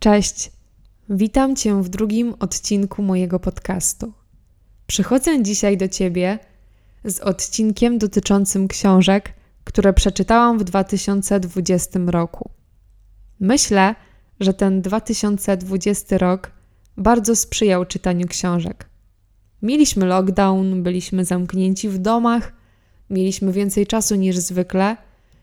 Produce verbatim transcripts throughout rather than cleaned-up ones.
Cześć, witam Cię w drugim odcinku mojego podcastu. Przychodzę dzisiaj do Ciebie z odcinkiem dotyczącym książek, które przeczytałam w dwa tysiące dwudziestym roku. Myślę, że ten dwa tysiące dwudziesty rok bardzo sprzyjał czytaniu książek. Mieliśmy lockdown, byliśmy zamknięci w domach, mieliśmy więcej czasu niż zwykle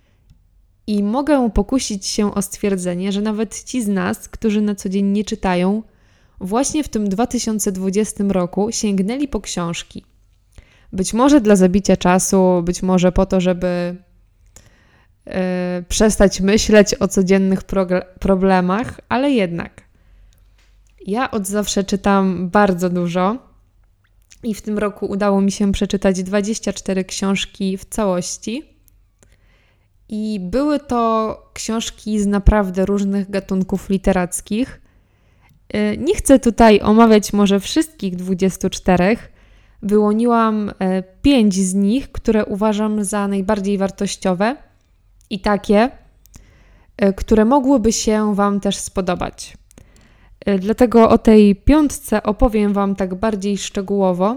i mogę pokusić się o stwierdzenie, że nawet ci z nas, którzy na co dzień nie czytają, właśnie w tym dwa tysiące dwudziestym roku sięgnęli po książki. Być może dla zabicia czasu, być może po to, żeby yy, przestać myśleć o codziennych prog- problemach, ale jednak. Ja od zawsze czytam bardzo dużo i w tym roku udało mi się przeczytać dwadzieścia cztery książki w całości. I były to książki z naprawdę różnych gatunków literackich. Nie chcę tutaj omawiać może wszystkich dwudziestu czterech. Wyłoniłam pięć z nich, które uważam za najbardziej wartościowe i takie, które mogłyby się Wam też spodobać. Dlatego o tej piątce opowiem Wam tak bardziej szczegółowo,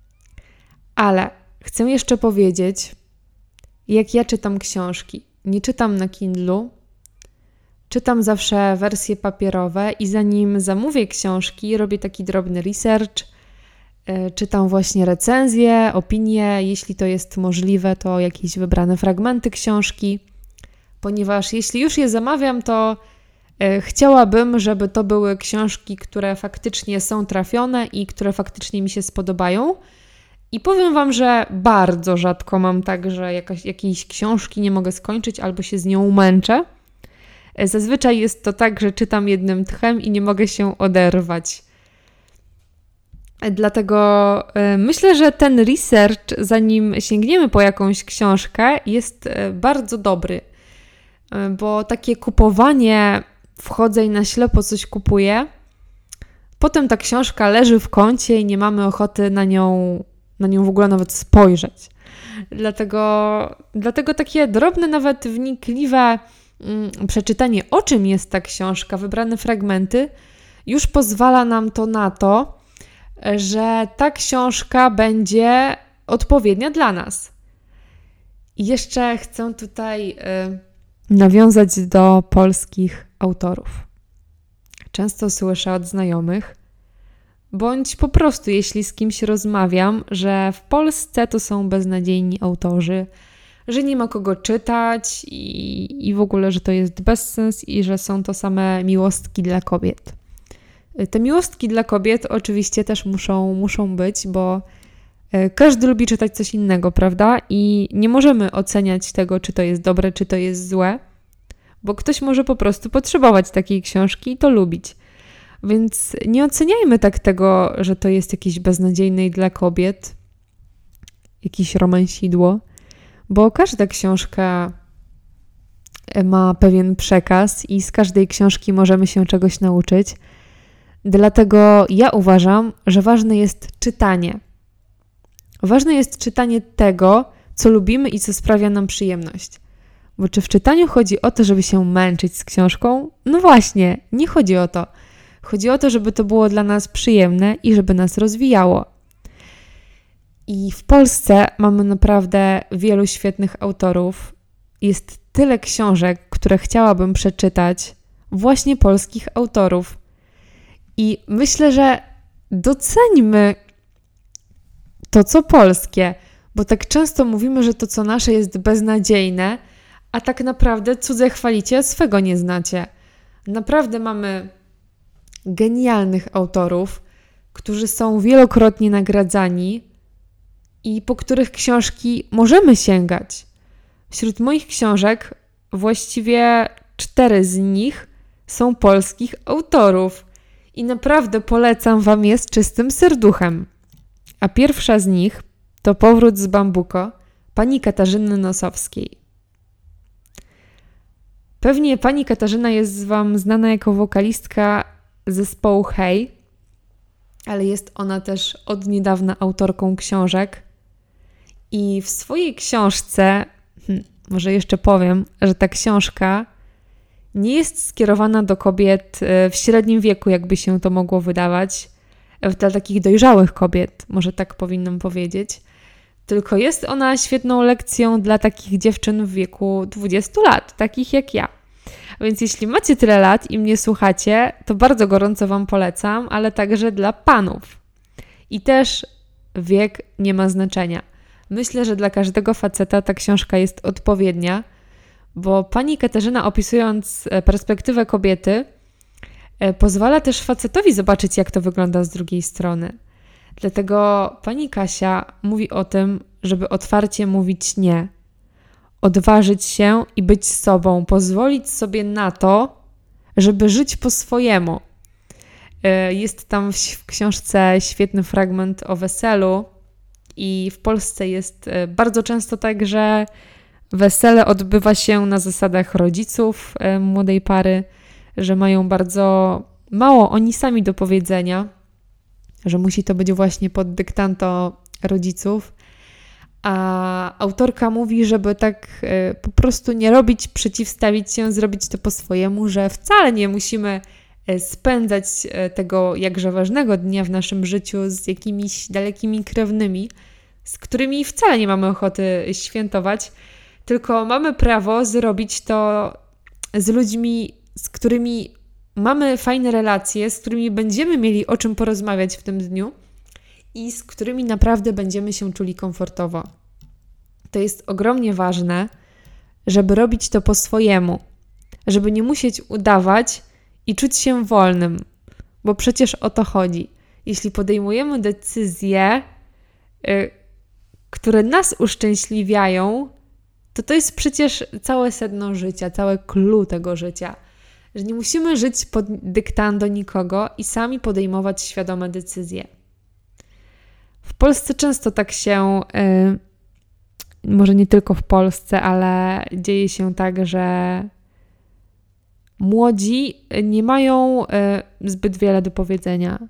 ale chcę jeszcze powiedzieć, jak ja czytam książki. Nie czytam na Kindlu, czytam zawsze wersje papierowe i zanim zamówię książki, robię taki drobny research, yy, czytam właśnie recenzje, opinie, jeśli to jest możliwe, to jakieś wybrane fragmenty książki, ponieważ jeśli już je zamawiam, to yy, chciałabym, żeby to były książki, które faktycznie są trafione i które faktycznie mi się spodobają. I powiem Wam, że bardzo rzadko mam tak, że jakaś, jakiejś książki nie mogę skończyć albo się z nią męczę. Zazwyczaj jest to tak, że czytam jednym tchem i nie mogę się oderwać. Dlatego y, myślę, że ten research, zanim sięgniemy po jakąś książkę, jest y, bardzo dobry. Y, bo takie kupowanie, wchodzę i na ślepo coś kupuję, potem ta książka leży w kącie i nie mamy ochoty na nią na nią w ogóle nawet spojrzeć. Dlatego, dlatego takie drobne, nawet wnikliwe mm, przeczytanie, o czym jest ta książka, wybrane fragmenty, już pozwala nam to na to, że ta książka będzie odpowiednia dla nas. I jeszcze chcę tutaj y, nawiązać do polskich autorów. Często słyszę od znajomych, bądź po prostu, jeśli z kimś rozmawiam, że w Polsce to są beznadziejni autorzy, że nie ma kogo czytać i, i w ogóle, że to jest bezsens i że są to same miłostki dla kobiet. Te miłostki dla kobiet oczywiście też muszą, muszą być, bo każdy lubi czytać coś innego, prawda? I nie możemy oceniać tego, czy to jest dobre, czy to jest złe, bo ktoś może po prostu potrzebować takiej książki i to lubić. Więc nie oceniajmy tak tego, że to jest jakieś beznadziejne i dla kobiet, jakieś romansidło, bo każda książka ma pewien przekaz i z każdej książki możemy się czegoś nauczyć. Dlatego ja uważam, że ważne jest czytanie. Ważne jest czytanie tego, co lubimy i co sprawia nam przyjemność. Bo czy w czytaniu chodzi o to, żeby się męczyć z książką? No właśnie, nie chodzi o to. Chodzi o to, żeby to było dla nas przyjemne i żeby nas rozwijało. I w Polsce mamy naprawdę wielu świetnych autorów. Jest tyle książek, które chciałabym przeczytać, właśnie polskich autorów. I myślę, że doceńmy to, co polskie, bo tak często mówimy, że to, co nasze, jest beznadziejne, a tak naprawdę cudze chwalicie, a swego nie znacie. Naprawdę mamy genialnych autorów, którzy są wielokrotnie nagradzani i po których książki możemy sięgać. Wśród moich książek właściwie cztery z nich są polskich autorów i naprawdę polecam Wam je z czystym serduchem. A pierwsza z nich to Powrót z Bambuko pani Katarzyny Nosowskiej. Pewnie pani Katarzyna jest Wam znana jako wokalistka zespołu Hej, ale jest ona też od niedawna autorką książek i w swojej książce, hmm, może jeszcze powiem, że ta książka nie jest skierowana do kobiet w średnim wieku, jakby się to mogło wydawać, dla takich dojrzałych kobiet, może tak powinnam powiedzieć, tylko jest ona świetną lekcją dla takich dziewczyn w wieku dwudziestu lat, takich jak ja. Więc jeśli macie tyle lat i mnie słuchacie, to bardzo gorąco Wam polecam, ale także dla panów. I też wiek nie ma znaczenia. Myślę, że dla każdego faceta ta książka jest odpowiednia, bo pani Katarzyna, opisując perspektywę kobiety, pozwala też facetowi zobaczyć, jak to wygląda z drugiej strony. Dlatego pani Kasia mówi o tym, żeby otwarcie mówić nie. Odważyć się i być sobą, pozwolić sobie na to, żeby żyć po swojemu. Jest tam w książce świetny fragment o weselu i w Polsce jest bardzo często tak, że wesele odbywa się na zasadach rodziców młodej pary, że mają bardzo mało oni sami do powiedzenia, że musi to być właśnie pod dyktando rodziców. A autorka mówi, żeby tak y, po prostu nie robić, przeciwstawić się, zrobić to po swojemu, że wcale nie musimy spędzać tego jakże ważnego dnia w naszym życiu z jakimiś dalekimi krewnymi, z którymi wcale nie mamy ochoty świętować, tylko mamy prawo zrobić to z ludźmi, z którymi mamy fajne relacje, z którymi będziemy mieli o czym porozmawiać w tym dniu i z którymi naprawdę będziemy się czuli komfortowo. To jest ogromnie ważne, żeby robić to po swojemu, żeby nie musieć udawać i czuć się wolnym, bo przecież o to chodzi. Jeśli podejmujemy decyzje, yy, które nas uszczęśliwiają, to to jest przecież całe sedno życia, całe clue tego życia. Że nie musimy żyć pod dyktando nikogo i sami podejmować świadome decyzje. W Polsce często tak się, yy, może nie tylko w Polsce, ale dzieje się tak, że młodzi nie mają yy, zbyt wiele do powiedzenia.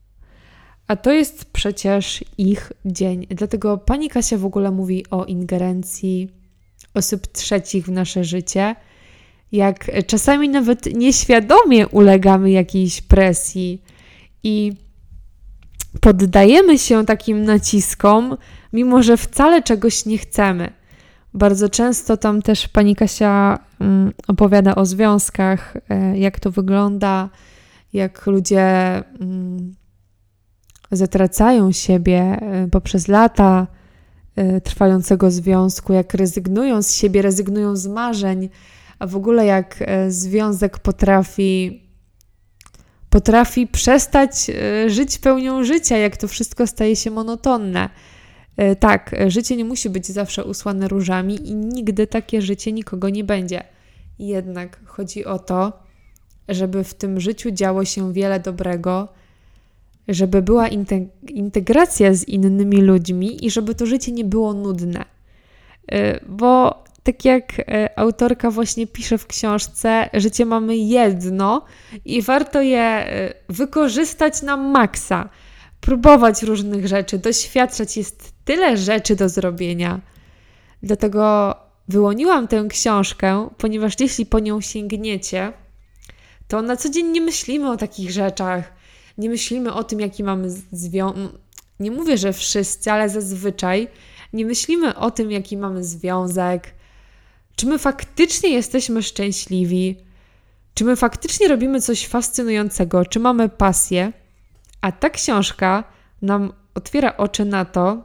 A to jest przecież ich dzień. Dlatego pani Kasia w ogóle mówi o ingerencji osób trzecich w nasze życie, jak czasami nawet nieświadomie ulegamy jakiejś presji i poddajemy się takim naciskom, mimo że wcale czegoś nie chcemy. Bardzo często tam też pani Kasia um, opowiada o związkach, e, jak to wygląda, jak ludzie um, zatracają siebie e, poprzez lata e, trwającego związku, jak rezygnują z siebie, rezygnują z marzeń, a w ogóle jak e, związek potrafi potrafi przestać e, żyć pełnią życia, jak to wszystko staje się monotonne. E, tak, życie nie musi być zawsze usłane różami i nigdy takie życie nikogo nie będzie. Jednak chodzi o to, żeby w tym życiu działo się wiele dobrego, żeby była integ- integracja z innymi ludźmi i żeby to życie nie było nudne. E, bo tak jak autorka właśnie pisze w książce, życie mamy jedno i warto je wykorzystać na maksa. Próbować różnych rzeczy, doświadczać. Jest tyle rzeczy do zrobienia. Dlatego wyłoniłam tę książkę, ponieważ jeśli po nią sięgniecie, to na co dzień nie myślimy o takich rzeczach. Nie myślimy o tym, jaki mamy związek. Nie mówię, że wszyscy, ale zazwyczaj nie myślimy o tym, jaki mamy związek. Czy my faktycznie jesteśmy szczęśliwi? Czy my faktycznie robimy coś fascynującego? Czy mamy pasję? A ta książka nam otwiera oczy na to,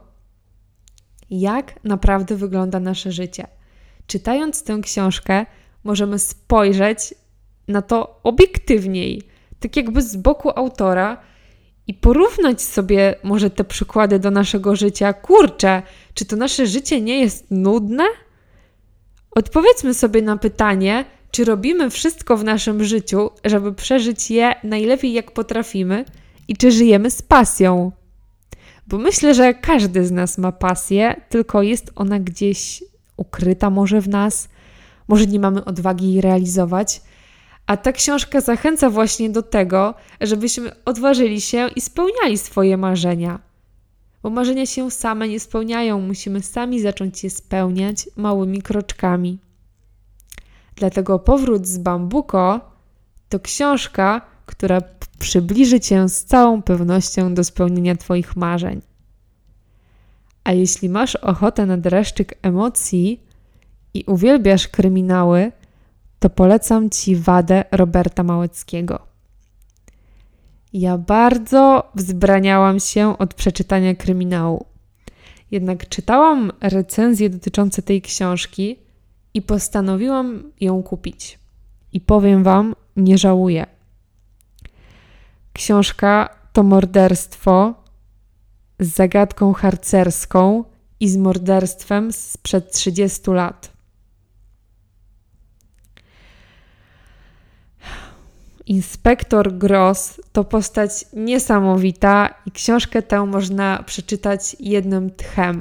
jak naprawdę wygląda nasze życie. Czytając tę książkę, możemy spojrzeć na to obiektywniej, tak jakby z boku autora i porównać sobie może te przykłady do naszego życia. Kurczę, czy to nasze życie nie jest nudne? Odpowiedzmy sobie na pytanie, czy robimy wszystko w naszym życiu, żeby przeżyć je najlepiej jak potrafimy i czy żyjemy z pasją. Bo myślę, że każdy z nas ma pasję, tylko jest ona gdzieś ukryta może w nas, może nie mamy odwagi jej realizować, a ta książka zachęca właśnie do tego, żebyśmy odważyli się i spełniali swoje marzenia. Bo marzenia się same nie spełniają, musimy sami zacząć je spełniać małymi kroczkami. Dlatego Powrót z Bambuko to książka, która p- przybliży Cię z całą pewnością do spełnienia Twoich marzeń. A jeśli masz ochotę na dreszczyk emocji i uwielbiasz kryminały, to polecam Ci Wadę Roberta Małeckiego. Ja bardzo wzbraniałam się od przeczytania kryminału. Jednak czytałam recenzje dotyczące tej książki i postanowiłam ją kupić. I powiem Wam, nie żałuję. Książka to morderstwo z zagadką harcerską i z morderstwem sprzed trzydziestu lat. Inspektor Gross to postać niesamowita i książkę tę można przeczytać jednym tchem.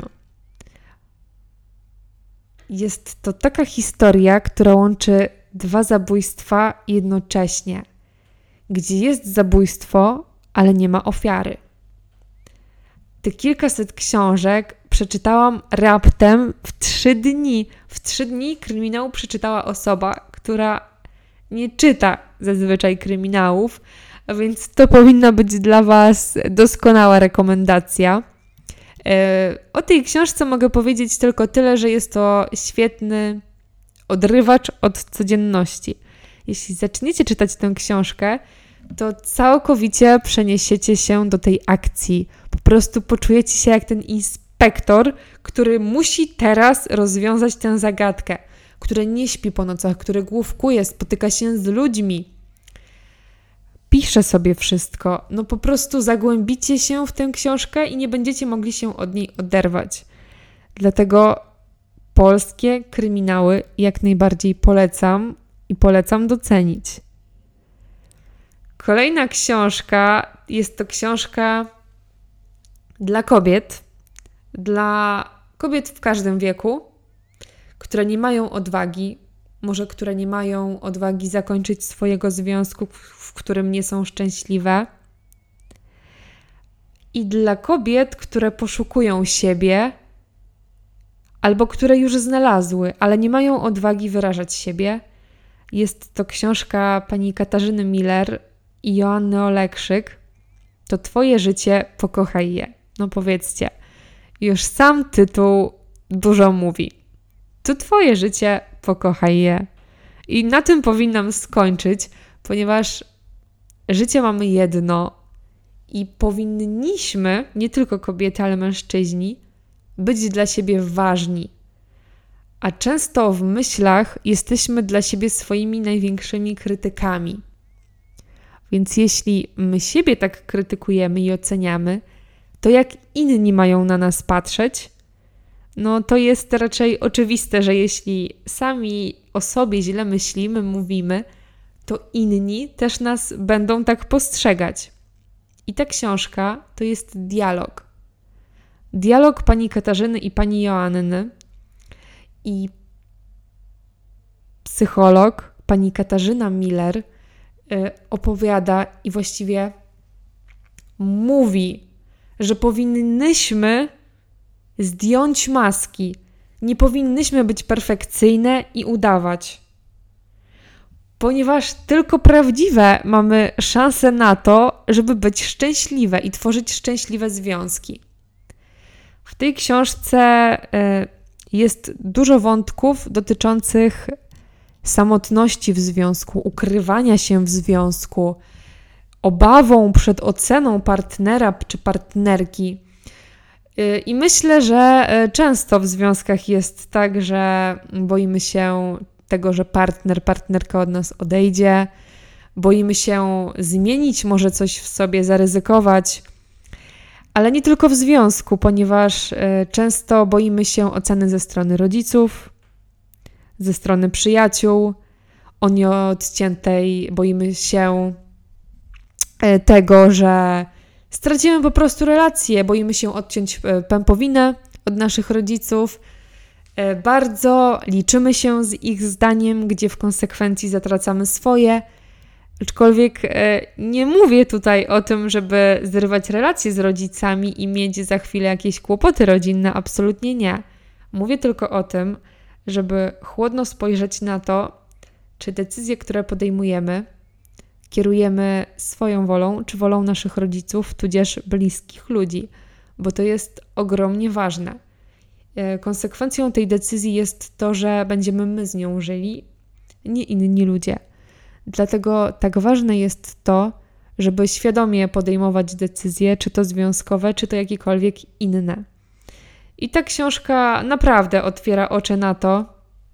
Jest to taka historia, która łączy dwa zabójstwa jednocześnie, gdzie jest zabójstwo, ale nie ma ofiary. Te kilkaset książek przeczytałam raptem w trzy dni. W trzy dni kryminału przeczytała osoba, która nie czyta zazwyczaj kryminałów, a więc to powinna być dla Was doskonała rekomendacja. O tej książce mogę powiedzieć tylko tyle, że jest to świetny odrywacz od codzienności. Jeśli zaczniecie czytać tę książkę, to całkowicie przeniesiecie się do tej akcji. Po prostu poczujecie się jak ten inspektor, który musi teraz rozwiązać tę zagadkę, który nie śpi po nocach, który główkuje, spotyka się z ludźmi, pisze sobie wszystko. No po prostu zagłębicie się w tę książkę i nie będziecie mogli się od niej oderwać. Dlatego polskie kryminały jak najbardziej polecam i polecam docenić. Kolejna książka jest to książka dla kobiet, dla kobiet w każdym wieku, które nie mają odwagi, może które nie mają odwagi zakończyć swojego związku, w którym nie są szczęśliwe. I dla kobiet, które poszukują siebie, albo które już znalazły, ale nie mają odwagi wyrażać siebie. Jest to książka pani Katarzyny Miller i Joanny Olekszyk. To Twoje życie, pokochaj je. No powiedzcie, już sam tytuł dużo mówi. To Twoje życie, pokochaj je. I na tym powinnam skończyć, ponieważ życie mamy jedno i powinniśmy, nie tylko kobiety, ale mężczyźni, być dla siebie ważni. A często w myślach jesteśmy dla siebie swoimi największymi krytykami. Więc jeśli my siebie tak krytykujemy i oceniamy, to jak inni mają na nas patrzeć? No to jest raczej oczywiste, że jeśli sami o sobie źle myślimy, mówimy, to inni też nas będą tak postrzegać. I ta książka to jest dialog. Dialog pani Katarzyny i pani Joanny. I psycholog, pani Katarzyna Miller, opowiada i właściwie mówi, że powinnyśmy zdjąć maski. Nie powinnyśmy być perfekcyjne i udawać. Ponieważ tylko prawdziwe mamy szansę na to, żeby być szczęśliwe i tworzyć szczęśliwe związki. W tej książce jest dużo wątków dotyczących samotności w związku, ukrywania się w związku, obawą przed oceną partnera czy partnerki. I myślę, że często w związkach jest tak, że boimy się tego, że partner, partnerka od nas odejdzie, boimy się zmienić może coś w sobie, zaryzykować, ale nie tylko w związku, ponieważ często boimy się oceny ze strony rodziców, ze strony przyjaciół, o nieodciętej, boimy się tego, że stracimy po prostu relacje, boimy się odciąć pępowinę od naszych rodziców, bardzo liczymy się z ich zdaniem, gdzie w konsekwencji zatracamy swoje, aczkolwiek nie mówię tutaj o tym, żeby zrywać relacje z rodzicami i mieć za chwilę jakieś kłopoty rodzinne, absolutnie nie. Mówię tylko o tym, żeby chłodno spojrzeć na to, czy decyzje, które podejmujemy, kierujemy swoją wolą, czy wolą naszych rodziców, tudzież bliskich ludzi, bo to jest ogromnie ważne. Konsekwencją tej decyzji jest to, że będziemy my z nią żyli, nie inni ludzie. Dlatego tak ważne jest to, żeby świadomie podejmować decyzje, czy to związkowe, czy to jakiekolwiek inne. I ta książka naprawdę otwiera oczy na to,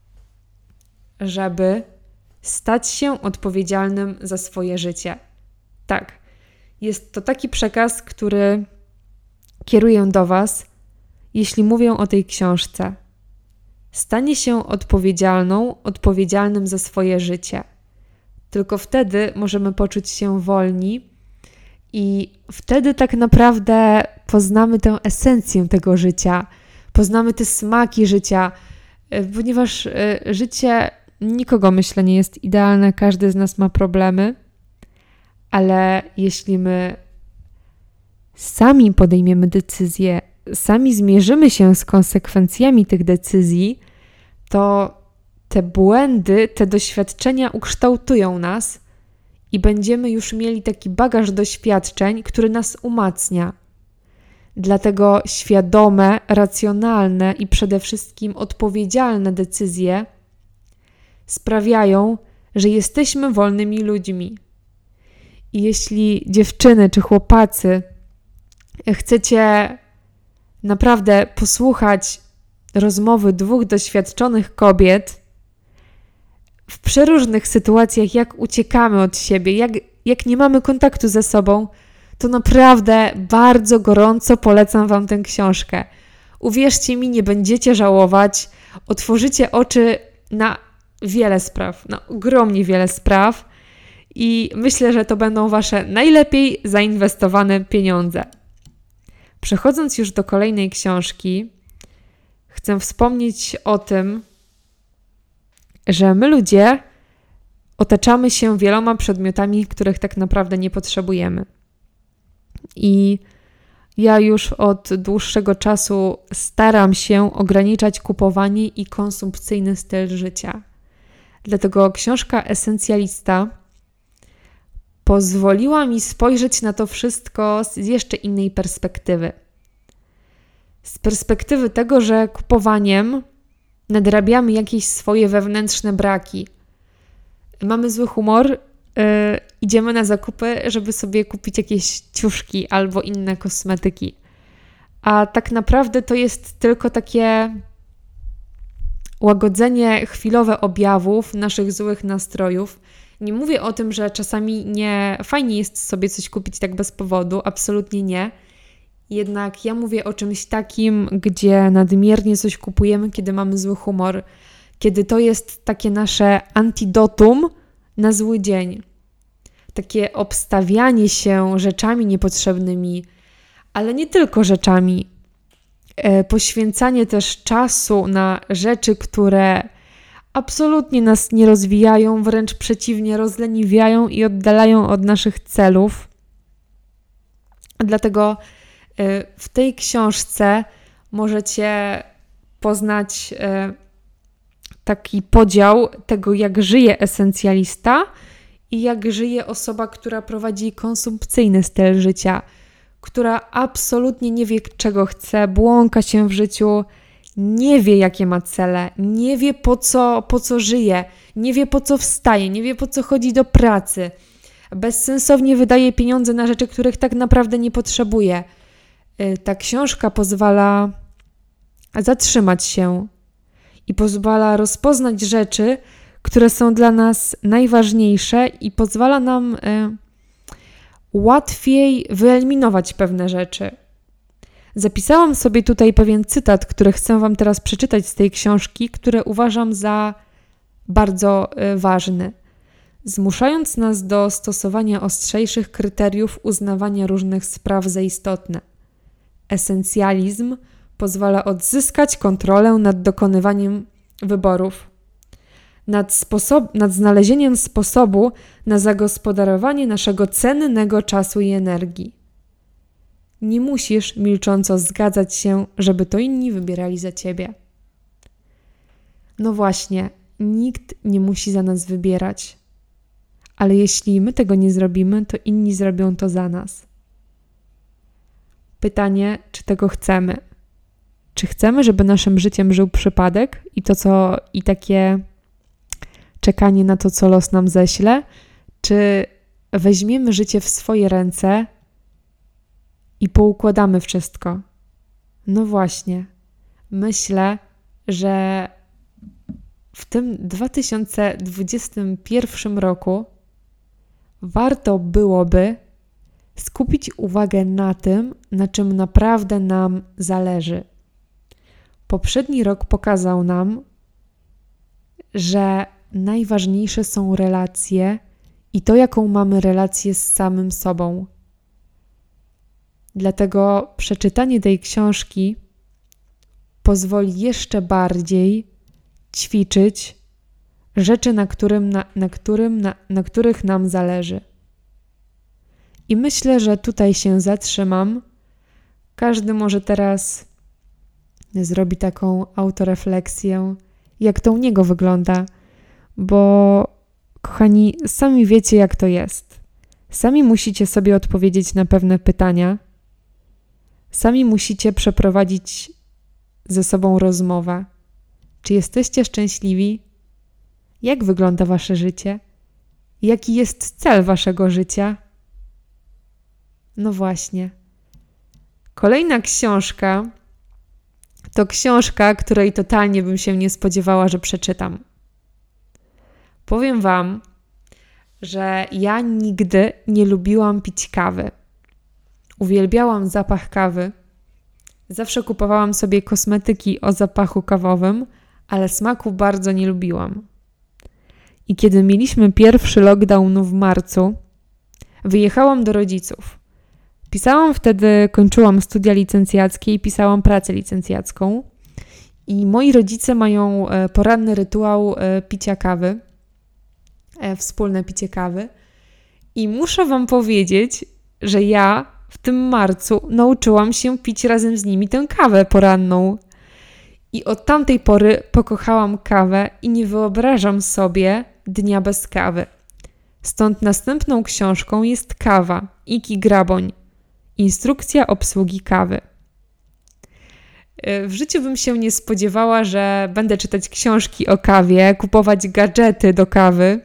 żeby stać się odpowiedzialnym za swoje życie. Tak, jest to taki przekaz, który kieruję do Was, jeśli mówię o tej książce. Stanie się odpowiedzialną, odpowiedzialnym za swoje życie. Tylko wtedy możemy poczuć się wolni i wtedy tak naprawdę poznamy tę esencję tego życia, poznamy te smaki życia, ponieważ życie nikogo, myślę, nie jest idealne, każdy z nas ma problemy, ale jeśli my sami podejmiemy decyzje, sami zmierzymy się z konsekwencjami tych decyzji, to te błędy, te doświadczenia ukształtują nas i będziemy już mieli taki bagaż doświadczeń, który nas umacnia. Dlatego świadome, racjonalne i przede wszystkim odpowiedzialne decyzje sprawiają, że jesteśmy wolnymi ludźmi. I jeśli dziewczyny czy chłopacy chcecie naprawdę posłuchać rozmowy dwóch doświadczonych kobiet w przeróżnych sytuacjach, jak uciekamy od siebie, jak, jak nie mamy kontaktu ze sobą, to naprawdę bardzo gorąco polecam Wam tę książkę. Uwierzcie mi, nie będziecie żałować, otworzycie oczy na wiele spraw, na ogromnie wiele spraw i myślę, że to będą Wasze najlepiej zainwestowane pieniądze. Przechodząc już do kolejnej książki, chcę wspomnieć o tym, że my ludzie otaczamy się wieloma przedmiotami, których tak naprawdę nie potrzebujemy. I ja już od dłuższego czasu staram się ograniczać kupowanie i konsumpcyjny styl życia. Dlatego książka Esencjalista pozwoliła mi spojrzeć na to wszystko z jeszcze innej perspektywy. Z perspektywy tego, że kupowaniem nadrabiamy jakieś swoje wewnętrzne braki. Mamy zły humor, yy, idziemy na zakupy, żeby sobie kupić jakieś ciuszki albo inne kosmetyki. A tak naprawdę to jest tylko takie łagodzenie chwilowe objawów naszych złych nastrojów. Nie mówię o tym, że czasami nie fajnie jest sobie coś kupić tak bez powodu, absolutnie nie. Jednak ja mówię o czymś takim, gdzie nadmiernie coś kupujemy, kiedy mamy zły humor, kiedy to jest takie nasze antidotum na zły dzień. Takie obstawianie się rzeczami niepotrzebnymi, ale nie tylko rzeczami. E, poświęcanie też czasu na rzeczy, które absolutnie nas nie rozwijają, wręcz przeciwnie, rozleniwiają i oddalają od naszych celów. Dlatego w tej książce możecie poznać taki podział tego, jak żyje esencjalista i jak żyje osoba, która prowadzi konsumpcyjny styl życia, która absolutnie nie wie, czego chce, błąka się w życiu, nie wie, jakie ma cele, nie wie, po co, po co żyje, nie wie, po co wstaje, nie wie, po co chodzi do pracy. Bezsensownie wydaje pieniądze na rzeczy, których tak naprawdę nie potrzebuje. Ta książka pozwala zatrzymać się i pozwala rozpoznać rzeczy, które są dla nas najważniejsze i pozwala nam y, łatwiej wyeliminować pewne rzeczy. Zapisałam sobie tutaj pewien cytat, który chcę Wam teraz przeczytać z tej książki, który uważam za bardzo y, ważny. Zmuszając nas do stosowania ostrzejszych kryteriów uznawania różnych spraw za istotne. Esencjalizm pozwala odzyskać kontrolę nad dokonywaniem wyborów, nad, sposob- nad znalezieniem sposobu na zagospodarowanie naszego cennego czasu i energii. Nie musisz milcząco zgadzać się, żeby to inni wybierali za ciebie. No właśnie, nikt nie musi za nas wybierać. Ale jeśli my tego nie zrobimy, to inni zrobią to za nas. Pytanie, czy tego chcemy? Czy chcemy, żeby naszym życiem żył przypadek i to co i takie czekanie na to, co los nam ześle? Czy weźmiemy życie w swoje ręce i poukładamy wszystko? No właśnie. Myślę, że w tym dwa tysiące dwudziestym pierwszym roku warto byłoby skupić uwagę na tym, na czym naprawdę nam zależy. Poprzedni rok pokazał nam, że najważniejsze są relacje i to, jaką mamy relację z samym sobą. Dlatego przeczytanie tej książki pozwoli jeszcze bardziej ćwiczyć rzeczy, na, którym, na, na, którym, na, na których nam zależy. I myślę, że tutaj się zatrzymam. Każdy może teraz zrobi taką autorefleksję, jak to u niego wygląda, bo kochani, sami wiecie, jak to jest. Sami musicie sobie odpowiedzieć na pewne pytania. Sami musicie przeprowadzić ze sobą rozmowę. Czy jesteście szczęśliwi? Jak wygląda wasze życie? Jaki jest cel waszego życia? No właśnie. Kolejna książka to książka, której totalnie bym się nie spodziewała, że przeczytam. Powiem wam, że ja nigdy nie lubiłam pić kawy. Uwielbiałam zapach kawy. Zawsze kupowałam sobie kosmetyki o zapachu kawowym, ale smaku bardzo nie lubiłam. I kiedy mieliśmy pierwszy lockdown w marcu, wyjechałam do rodziców. Pisałam wtedy, kończyłam studia licencjackie i pisałam pracę licencjacką. I moi rodzice mają poranny rytuał picia kawy, wspólne picie kawy. I muszę wam powiedzieć, że ja w tym marcu nauczyłam się pić razem z nimi tę kawę poranną. I od tamtej pory pokochałam kawę i nie wyobrażam sobie dnia bez kawy. Stąd następną książką jest Kawa, Iki Graboń. Instrukcja obsługi kawy. W życiu bym się nie spodziewała, że będę czytać książki o kawie, kupować gadżety do kawy.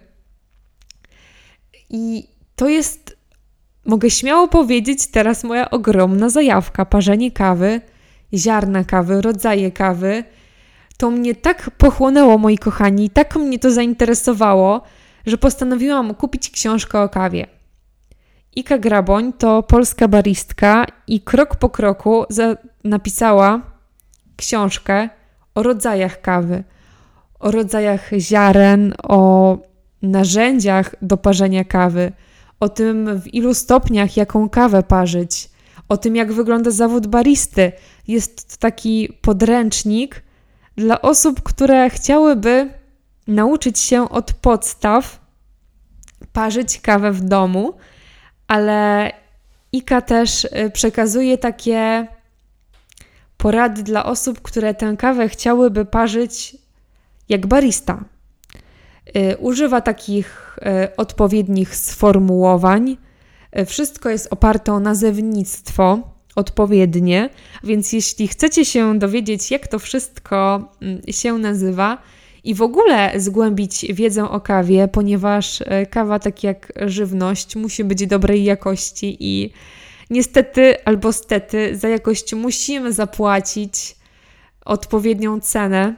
I to jest, mogę śmiało powiedzieć, teraz moja ogromna zajawka. Parzenie kawy, ziarna kawy, rodzaje kawy. To mnie tak pochłonęło, moi kochani, tak mnie to zainteresowało, że postanowiłam kupić książkę o kawie. Ika Graboń to polska baristka i krok po kroku za- napisała książkę o rodzajach kawy, o rodzajach ziaren, o narzędziach do parzenia kawy, o tym, w ilu stopniach jaką kawę parzyć, o tym, jak wygląda zawód baristy. Jest to taki podręcznik dla osób, które chciałyby nauczyć się od podstaw parzyć kawę w domu, ale Ika też przekazuje takie porady dla osób, które tę kawę chciałyby parzyć jak barista. Używa takich odpowiednich sformułowań. Wszystko jest oparte o nazewnictwo odpowiednie, więc jeśli chcecie się dowiedzieć, jak to wszystko się nazywa i w ogóle zgłębić wiedzę o kawie, ponieważ kawa, tak jak żywność, musi być dobrej jakości i niestety albo stety za jakość musimy zapłacić odpowiednią cenę.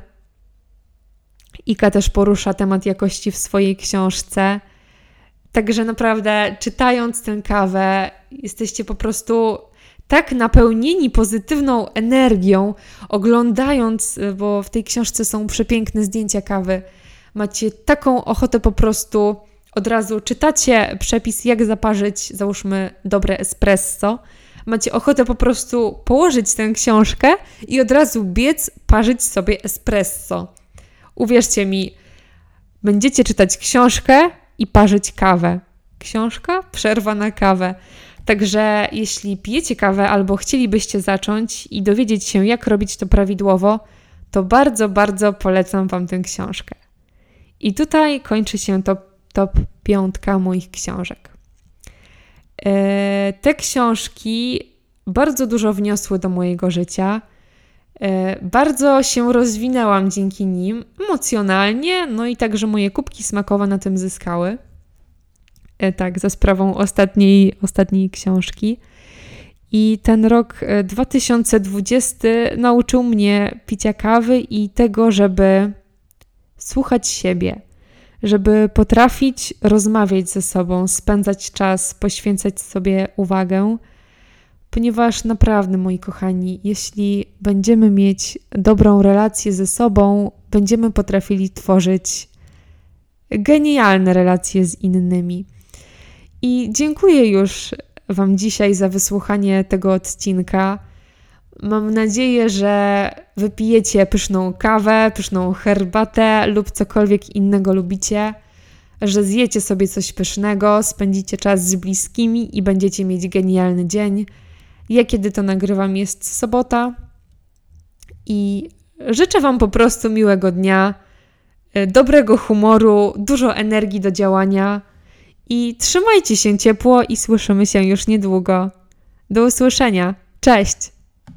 Ika też porusza temat jakości w swojej książce. Także naprawdę czytając tę kawę jesteście po prostu tak napełnieni pozytywną energią, oglądając, bo w tej książce są przepiękne zdjęcia kawy. Macie taką ochotę po prostu od razu czytacie przepis, jak zaparzyć, załóżmy, dobre espresso. Macie ochotę po prostu położyć tę książkę i od razu biec, parzyć sobie espresso. Uwierzcie mi, będziecie czytać książkę i parzyć kawę. Książka, przerwa na kawę. Także jeśli pijecie kawę albo chcielibyście zacząć i dowiedzieć się, jak robić to prawidłowo, to bardzo, bardzo polecam wam tę książkę. I tutaj kończy się top, top piątka moich książek. Te książki bardzo dużo wniosły do mojego życia. Bardzo się rozwinęłam dzięki nim emocjonalnie, no i także moje kubki smakowe na tym zyskały. Tak, za sprawą ostatniej, ostatniej książki. I ten rok dwa tysiące dwudziesty nauczył mnie picia kawy i tego, żeby słuchać siebie, żeby potrafić rozmawiać ze sobą, spędzać czas, poświęcać sobie uwagę, ponieważ naprawdę, moi kochani, jeśli będziemy mieć dobrą relację ze sobą, będziemy potrafili tworzyć genialne relacje z innymi. I dziękuję już Wam dzisiaj za wysłuchanie tego odcinka. Mam nadzieję, że wypijecie pyszną kawę, pyszną herbatę lub cokolwiek innego lubicie, że zjecie sobie coś pysznego, spędzicie czas z bliskimi i będziecie mieć genialny dzień. Ja, kiedy to nagrywam, jest sobota i życzę Wam po prostu miłego dnia, dobrego humoru, dużo energii do działania i trzymajcie się ciepło i słyszymy się już niedługo. Do usłyszenia. Cześć!